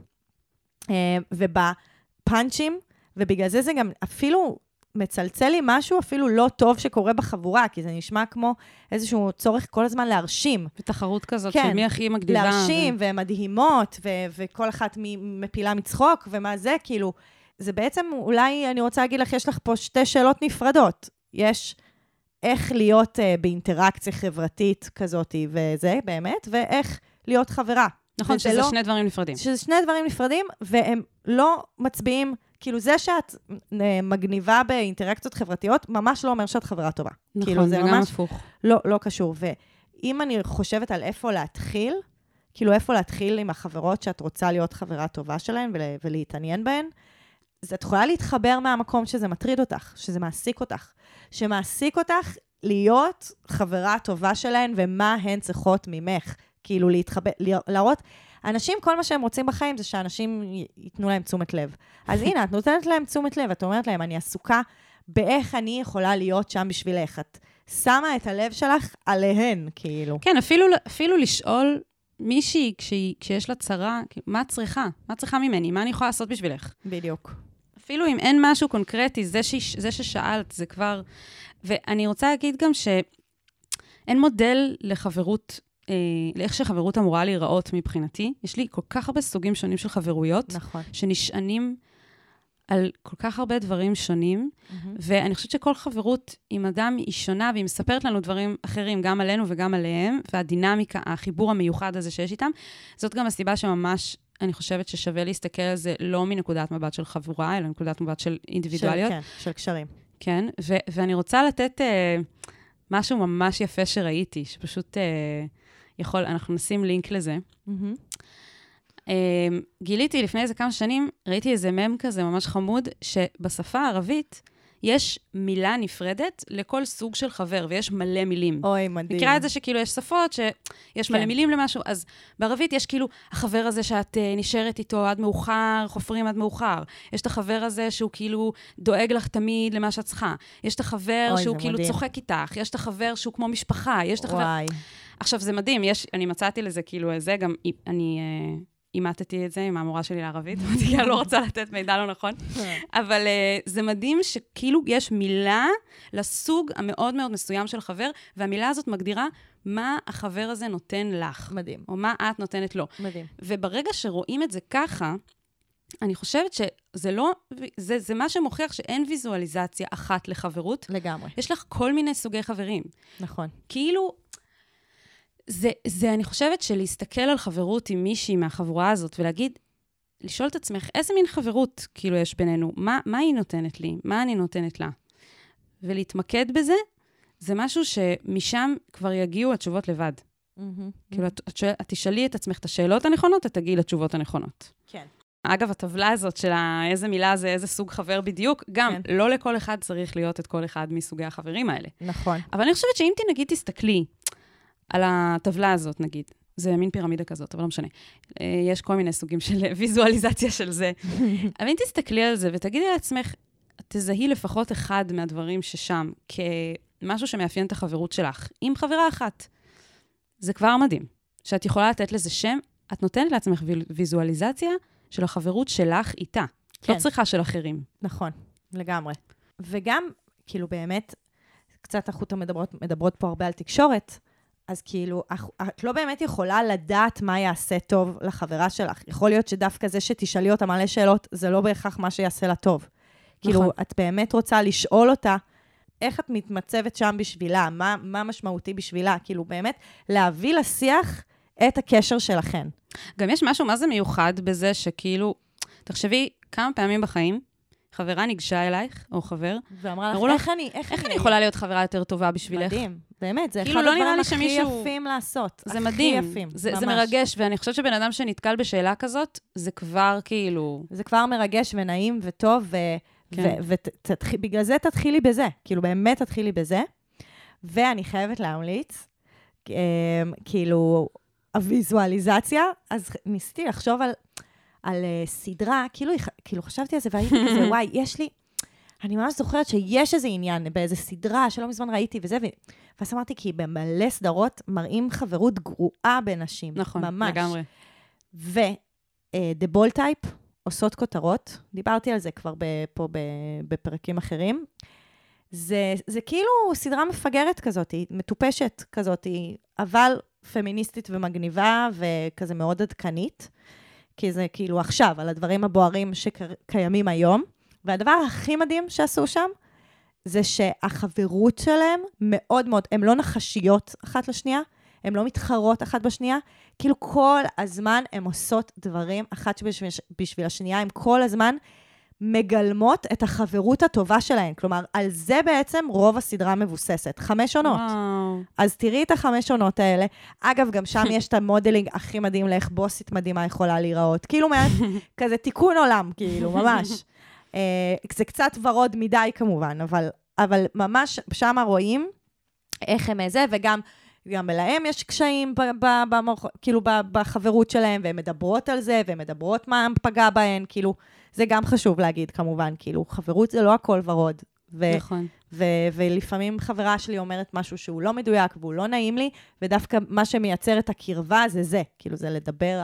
ובפאנצ'ים, ובגלל זה גם אפילו מצלצל לי משהו אפילו לא טוב שקורה בחבורה, כי זה נשמע כמו איזשהו צורך כל הזמן להרשים. ותחרות כזאת, כן, של מי הכי מגניבה. להרשים ומדהימות, וכל אחת מפילה מצחוק, ומה זה, כאילו, זה בעצם, אולי אני רוצה להגיד לך, יש לך פה שתי שאלות נפרדות. יש איך להיות באינטראקציה חברתית כזאת, וזה באמת, ואיך להיות חברה. נכון, שזה שני דברים נפרדים. שזה שני דברים נפרדים, והם לא מצביעים, כאילו זה שאת מגניבה באינטראקציות חברתיות, ממש לא אומר שאת חברה טובה. נכון, כאילו, זה וגם ממש הפוך. לא קשור. ואם אני חושבת על איפה להתחיל, כאילו איפה להתחיל עם החברות שאת רוצה להיות חברה טובה שלהן ולהתעניין בהן, אז את יכולה להתחבר מהמקום שזה מטריד אותך, שזה מעסיק אותך. שמעסיק אותך להיות חברה טובה שלהן, ומה הן צריכות ממך. כאילו להתחבר, להראות, אנשים, כל מה שהם רוצים בחיים זה שאנשים ייתנו להם תשומת לב. אז הנה, את נותנת להם תשומת לב, את אומרת להם, אני עסוקה באיך אני יכולה להיות שם בשבילך. את שמה את הלב שלך עליהן, כאילו. כן, אפילו לשאול מישהי, כשיש לה צרה, מה את צריכה? מה את צריכה ממני? מה אני יכולה לעשות בשבילך? בדיוק. אפילו אם אין משהו קונקרטי, זה ששאלת, זה כבר... ואני רוצה להגיד גם שאין מודל לחברות, לאיך שחברות אמורה להיראות מבחינתי. יש לי כל כך הרבה סוגים שונים של חברויות, נכון. שנשענים על כל כך הרבה דברים שונים, ואני חושבת שכל חברות עם אדם היא שונה, והיא מספרת לנו דברים אחרים, גם עלינו וגם עליהם, והדינמיקה, החיבור המיוחד הזה שיש איתם, זאת גם הסיבה שממש, אני חושבת ששווה להסתכל על זה לא מנקודת מבט של חבורה, אלא מנקודת מבט של אינדיבידואליות. של קשרים. כן, ואני רוצה לתת משהו ממש יפה שראיתי, שפשוט אנחנו נשים לינק לזה. גיליתי לפני איזה כמה שנים, ראיתי איזה מם כזה ממש חמוד, שבשפה הערבית יש מילה נפרדת לכל סוג של חבר, ויש מלא מילים. אוי, מדהים. מכירה את זה שכאילו יש שפות, שיש מלא מילים למשהו, אז בערבית יש כאילו החבר הזה שאת נשארת איתו עד מאוחר, חופרים עד מאוחר. יש את החבר הזה שהוא כאילו דואג לך תמיד למה שאת צריכה. יש את החבר שהוא כאילו צוחק איתך. יש את החבר שהוא כמו משפחה. יש את החבר... וואי. עכשיו, זה מדהים, אני מצאתי לזה כאילו זה, גם אני... אימתתי את זה עם המורה שלי לערבית, כי אני לא רוצה לתת מידע לא נכון, אבל זה מדהים שכאילו יש מילה לסוג המאוד מאוד מסוים של חבר, והמילה הזאת מגדירה מה החבר הזה נותן לך. מדהים. או מה את נותנת לו. מדהים. וברגע שרואים את זה ככה, אני חושבת שזה לא, זה מה שמוכיח שאין ויזואליזציה אחת לחברות. לגמרי. יש לך כל מיני סוגי חברים. נכון. כאילו... אני חושבת שלהסתכל על חברות עם מישהי מהחבורה הזאת, ולהגיד, לשאול את עצמך, איזה מין חברות כאילו יש בינינו? מה היא נותנת לי? מה אני נותנת לה? ולהתמקד בזה, זה משהו שמשם כבר יגיעו התשובות לבד. כאילו, את תשאלי את עצמך את השאלות הנכונות, את תגיעי לתשובות הנכונות. כן. אגב, הטבלה הזאת של איזה מילה זה, איזה סוג חבר בדיוק, גם לא לכל אחד צריך להיות את כל אחד מסוגי החברים האלה. נכון. אבל אני חושבת שאם נגיד תסתכלי על הטבלה הזאת, נגיד, זה מין פירמידה כזאת, אבל לא משנה. יש כל מיני סוגים של ויזואליזציה של זה. אבל אם תסתכלי על זה ותגידי לעצמך, תזהי לפחות אחד מהדברים ששם, כמשהו שמאפיין את החברות שלך, עם חברה אחת. זה כבר מדהים. שאת יכולה לתת לזה שם, את נותנת לעצמך ויזואליזציה של החברות שלך איתה. כן. לא צריכה של אחרים. נכון, לגמרי. וגם, כאילו באמת, קצת אנחנו מדברות פה הרבה על תקשורת, אז כאילו, את לא באמת יכולה לדעת מה יעשה טוב לחברה שלך. יכול להיות שדווקא זה שתשאלי אותה מלא שאלות, זה לא בהכרח מה שיעשה לה טוב. נכון. כאילו, את באמת רוצה לשאול אותה, איך את מתמצבת שם בשבילה, מה משמעותי בשבילה, כאילו באמת להביא לשיח את הקשר שלכן. גם יש משהו, מה זה מיוחד בזה שכאילו, תחשבי כמה פעמים בחיים, חברה ניגשה אלייך, או חבר, ואמרה לך, איך אני יכולה להיות חברה יותר טובה בשבילך? מדהים, באמת, זה כאילו אחד הדברים הכי יפים לעשות. זה מדהים, זה מרגש, ואני חושבת שבן אדם שנתקל בשאלה כזאת, זה כבר כאילו... זה כבר מרגש ונעים וטוב, ובגלל זה תתחילי בזה, כאילו באמת תתחילי בזה, ואני חייבת להמליץ, כאילו, הוויזואליזציה, אז ניסיתי לחשוב על סדרה, כאילו חשבתי על זה, והייתי כזה, וואי, אני ממש זוכרת שיש איזה עניין באיזה סדרה שלא מזמן ראיתי וזה, ואז אמרתי, כי במלא סדרות מראים חברות גרועה בין נשים. נכון, ממש. לגמרי. The Ball Type עושות כותרות, דיברתי על זה כבר פה בפרקים אחרים, זה כאילו סדרה מפגרת כזאת, מטופשת כזאת, אבל פמיניסטית ומגניבה וכזה מאוד עדכנית, כי זה כאילו עכשיו, על הדברים הבוערים שקיימים היום, והדבר הכי מדהים שעשו שם, זה שהחברות שלהם מאוד מאוד, הן לא נחשיות אחת לשנייה, הן לא מתחרות אחת בשנייה, כאילו כל הזמן הן עושות דברים אחת בשביל השנייה, הן כל הזמן מגלמות את החברות הטובה שלהן. כלומר, על זה בעצם רוב הסדרה מבוססת. 5 עונות. וואו. אז תראי את 5 עונות האלה. אגב, גם שם יש את המודלינג הכי מדהים לאיך בוסית מדהימה יכולה להיראות. כאילו, כזה תיקון עולם, כאילו, ממש. זה קצת ורוד מדי כמובן, אבל ממש שם רואים איך הם זה, וגם להם יש קשיים כאילו בחברות שלהם, והן מדברות על זה, והן מדברות מה פגע בהן, כאילו, זה גם חשוב להגיד כמובן, כאילו, חברות זה לא הכל ורוד. נכון. ולפעמים חברה שלי אומרת משהו שהוא לא מדויק, והוא לא נעים לי, ודווקא מה שמייצר את הקרבה זה, כאילו, זה לדבר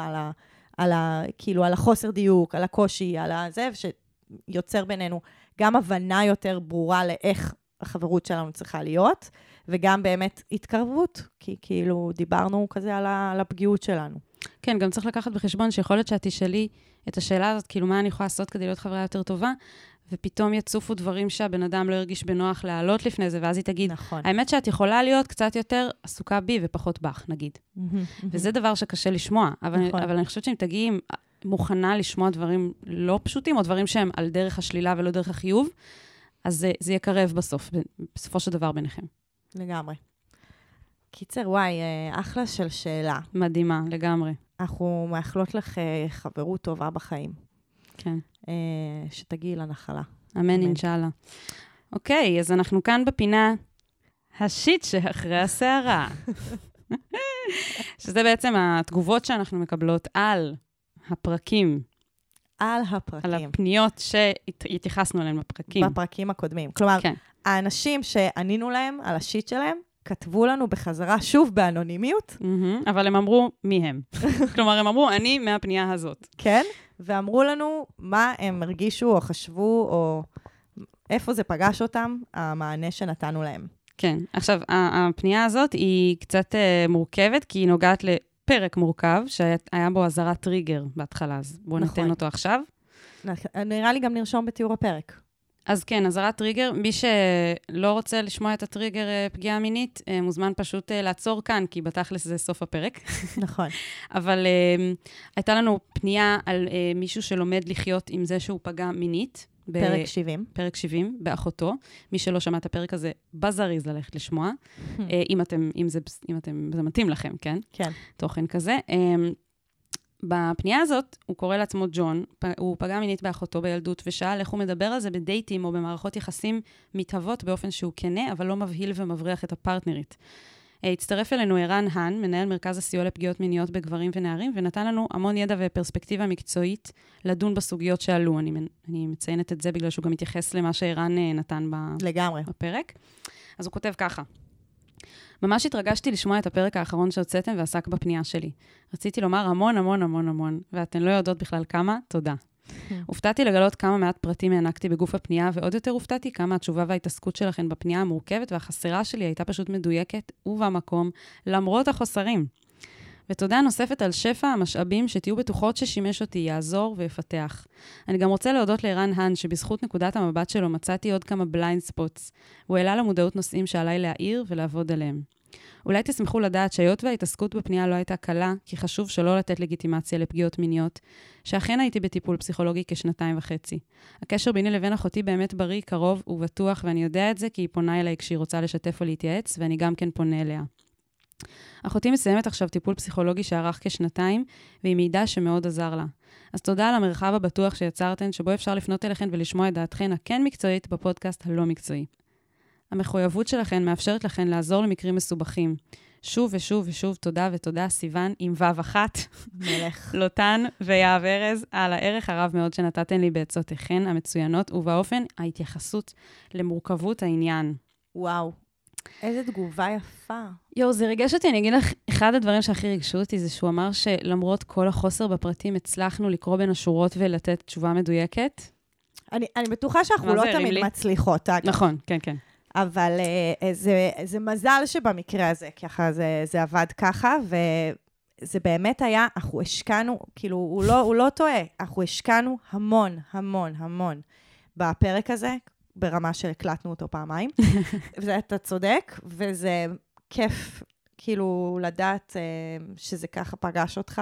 כאילו, על החוסר דיוק, על הקושי, על זה, שיוצר בינינו גם הבנה יותר ברורה לאיך החברות שלנו צריכה להיות, וגם באמת התקרבות, כי כאילו דיברנו כזה על הפגיעות שלנו. כן, גם צריך לקחת בחשבון שיכול להיות שאת תשאלי את השאלה הזאת, כאילו מה אני יכולה לעשות כדי להיות חברה יותר טובה, ופתאום יצופו דברים שהבן אדם לא הרגיש בנוח להעלות לפני זה, ואז היא תגיד, נכון. האמת שאת יכולה להיות קצת יותר עסוקה בי ופחות בך, נגיד. וזה דבר שקשה לשמוע, אבל אני חושבת שאם תגיעי מוכנה לשמוע דברים לא פשוטים, או דברים שהם על דרך השלילה ולא דרך החיוב, אז זה יקרב בסופו של דבר ביניכם. לגמרי. קיצר, וואי, אחלה של שאלה. מדהימה, לגמרי. אנחנו מאחלות לך חברות טובה בחיים. כן. שתגיעי לנחלה. אמן, אינשאללה. אוקיי, אז אנחנו כאן בפינה השיט שאחרי הסערה. שזה בעצם התגובות שאנחנו מקבלות על הפרקים. על הפרקים. על הפניות שהתייחסנו אליהן בפרקים. בפרקים הקודמים. כלומר, כן. האנשים שענינו להם על השיט שלהם, כתבו לנו בחזרה שוב באנונימיות. אבל הם אמרו מי הם. כלומר, הם אמרו, אני מהפנייה הזאת. כן, ואמרו לנו מה הם הרגישו או חשבו, או איפה זה פגש אותם, המענה שנתנו להם. כן, עכשיו, הפנייה הזאת היא קצת מורכבת, כי היא נוגעת לפרק מורכב, שהיה בו עזרת טריגר בהתחלה, אז בואו ניתן אותו עכשיו. נראה לי גם נרשום בתיאור הפרק. אז כן, עזרת טריגר, מי שלא רוצה לשמוע את הטריגר פגיעה מינית, מוזמן פשוט לעצור כאן, כי בתכלס זה סוף הפרק. נכון. אבל הייתה לנו פנייה על מישהו שלומד לחיות עם זה שהוא פגע מינית, פרק 70. פרק 70, באחותו. מי שלא שמע את הפרק הזה, בזריז ללכת לשמוע. אם זה מתאים לכם, כן? כן. תוכן כזה. בפנייה הזאת, הוא קורא לעצמו ג'ון, הוא פגע מינית באחותו בילדות, ושאל איך הוא מדבר על זה בדייטים או במערכות יחסים מתהוות באופן שהוא כנה, אבל לא מבהיל ומבריח את הפרטנרית. הצטרף אלינו ערן האן, מנהל מרכז הסיוע לפגיעות מיניות בגברים ונערים, ונתן לנו המון ידע ופרספקטיבה מקצועית לדון בסוגיות שעלו. אני מציינת את זה בגלל שהוא גם מתייחס למה שערן נתן בפרק. אז הוא כותב ככה: ממש התרגשתי לשמוע את הפרק האחרון שהוצאתם ועסק בפנייה שלי. רציתי לומר המון המון המון המון, ואתן לא יודעות בכלל כמה, תודה. הופתעתי לגלות כמה מעט פרטים הענקתי בגוף הפנייה, ועוד יותר הופתעתי כמה התשובה וההתעסקות שלכן בפנייה המורכבת, והחסרה שלי הייתה פשוט מדויקת ובמקום, למרות החוסרים. ותודה נוספת על שפע המשאבים שתהיו בטוחות ששימש אותי, יעזור ויפתח. אני גם רוצה להודות לערן האן, שבזכות נקודת המבט שלו מצאתי עוד כמה בליינד ספוטס. הוא העלה למודעות נושאים שעליי להעיר ולעבוד עליהם. אולי תשמחו לדעת שהיות וההתעסקות בפנייה לא הייתה קלה, כי חשוב שלא לתת לגיטימציה לפגיעות מיניות, שאכן הייתי בטיפול פסיכולוגי כ2.5 שנים. הקשר ביני לבין אחותי באמת בריא, קרוב ובטוח, ואני יודע את זה כי היא פונה אליי כשהיא רוצה לשתף או להתייעץ, ואני גם כן פונה אליה. אחותי מסיימת עכשיו טיפול פסיכולוגי שערך כ2 והיא מעידה שמאוד עזר לה. אז תודה על המרחב הבטוח שיצרתן, שבו אפשר לפנות אליכן ולשמוע את דעתכן הכן מקצועית בפודקאסט הלא מקצועי. המחויבות שלכן מאפשרת לכן לעזור למקרים מסובכים. שוב ושוב ושוב תודה ותודה סיוון עם ו1, מלך. לוטן ויהב ארז, על הערך הרב מאוד שנתתן לי בעצותיכן המצוינות, ובאופן ההתייחסות למורכבות העניין. וואו, איזה תגובה יפה. יו, זה ריגש אותי, אני אגיד לך, אחד הדברים שהכי ריגשו אותי זה שהוא אמר שלמרות כל החוסר בפרטים, הצלחנו לקרוא בין השורות ולתת תשובה מדויקת. אני בטוחה שאנחנו לא תמיד מצליחות, אגב. נכון, כן, כן. אבל זה מזל שבמקרה הזה, ככה זה עבד ככה, וזה באמת היה, אנחנו השקענו, כאילו, הוא לא טועה, אנחנו השקענו המון, המון, המון בפרק הזה, ברמה של הקלטנו אותו פעמיים, ואתה צודק, וזה כיף, כאילו, לדעת שזה ככה פגש אותך,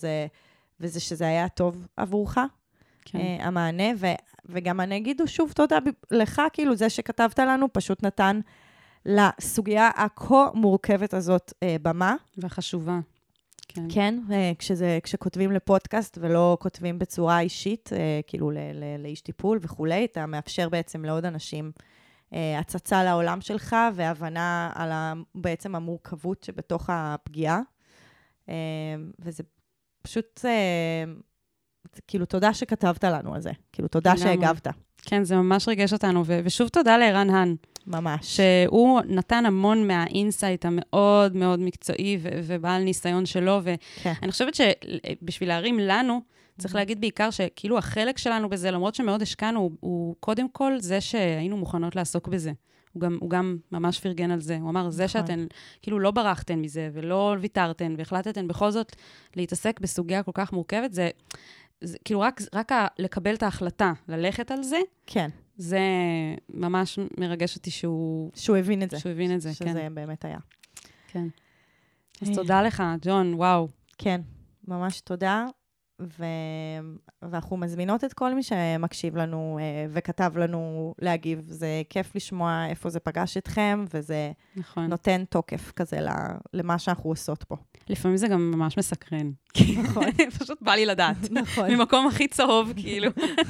שזה היה טוב עבורך, המענה, וגם אני אגידו שוב תודה לך, כאילו זה שכתבת לנו, פשוט נתן לסוגיה הכה מורכבת הזאת במה. וחשובה. כן. כן, כשכותבים לפודקאסט ולא כותבים בצורה אישית, כאילו לאיש טיפול וכולי, אתה מאפשר בעצם לעוד אנשים הצצה לעולם שלך, והבנה על בעצם המורכבות שבתוך הפגיעה. וזה פשוט, כאילו תודה שכתבת לנו על זה, כאילו תודה שהגבת. כן, זה ממש ריגש אותנו, ושוב תודה לערן האן. ממש. שהוא נתן המון מהאינסייט המאוד מאוד מקצועי ובעל ניסיון שלו, ואני חושבת שבשביל להרים לנו, צריך להגיד בעיקר שכאילו החלק שלנו בזה, למרות שמאוד השקענו, הוא קודם כל זה שהיינו מוכנות לעסוק בזה. הוא גם ממש פרגן על זה. הוא אמר, זה שאתן כאילו לא ברחתן מזה, ולא ויתרתן, והחלטתן בכל זאת להתעסק בסוגיה כל כך מורכבת, זה כאילו רק לקבל את ההחלטה, ללכת על זה, כן. זה ממש מרגש אותי שהוא הבין את זה. שהוא הבין את זה, כן. שזה באמת היה. כן. אז תודה לך, ג'ון, וואו. כן, ממש תודה. ואנחנו מזמינות את כל מי שמקשיב לנו וכתב לנו להגיב. זה כיף לשמוע איפה זה פגש אתכם, וזה נותן תוקף כזה למה שאנחנו עושות פה. לפעמים זה גם ממש מסקרן. נכון. פשוט בא לי לדעת. נכון. ממקום הכי צהוב, כאילו.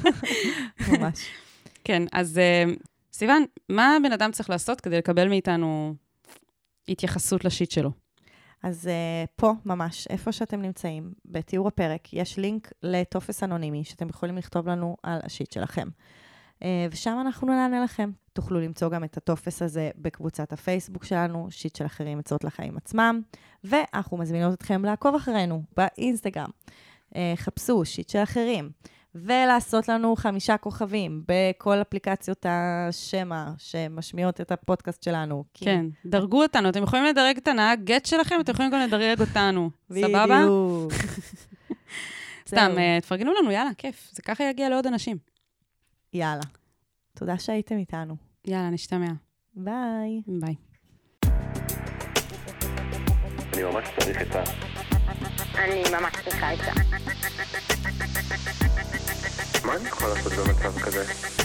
ממש. כן, אז סיוון, מה בן אדם צריך לעשות כדי לקבל מאיתנו התייחסות לשיט שלו? אז פה ממש, איפה שאתם נמצאים, בתיאור הפרק, יש לינק לטופס אנונימי, שאתם יכולים לכתוב לנו על השיט שלכם. ושם אנחנו נענה לכם. תוכלו למצוא גם את הטופס הזה בקבוצת הפייסבוק שלנו, שיט של אחרים עצות לחיים עצמם, ואנחנו מזמינות אתכם לעקוב אחרינו באינסטגרם. חפשו שיט של אחרים, ולעשות לנו 5 כוכבים בכל אפליקציות השמע שמשמיעות את הפודקאסט שלנו. כן, דרגו אותנו. אתם יכולים לדרג את הנהג גט שלכם, אתם יכולים גם לדרג אותנו. סבבה? בדיוק. סתם, תפרגנו לנו, יאללה, כיף. זה ככה יגיע לעוד אנשים. יאללה. תודה שהייתם איתנו. יאללה, נשתמע. ביי. ביי. אני ממש צריך עצה. אני ממש צריכה עצה. מה אני יכול לעשות במצב כזה?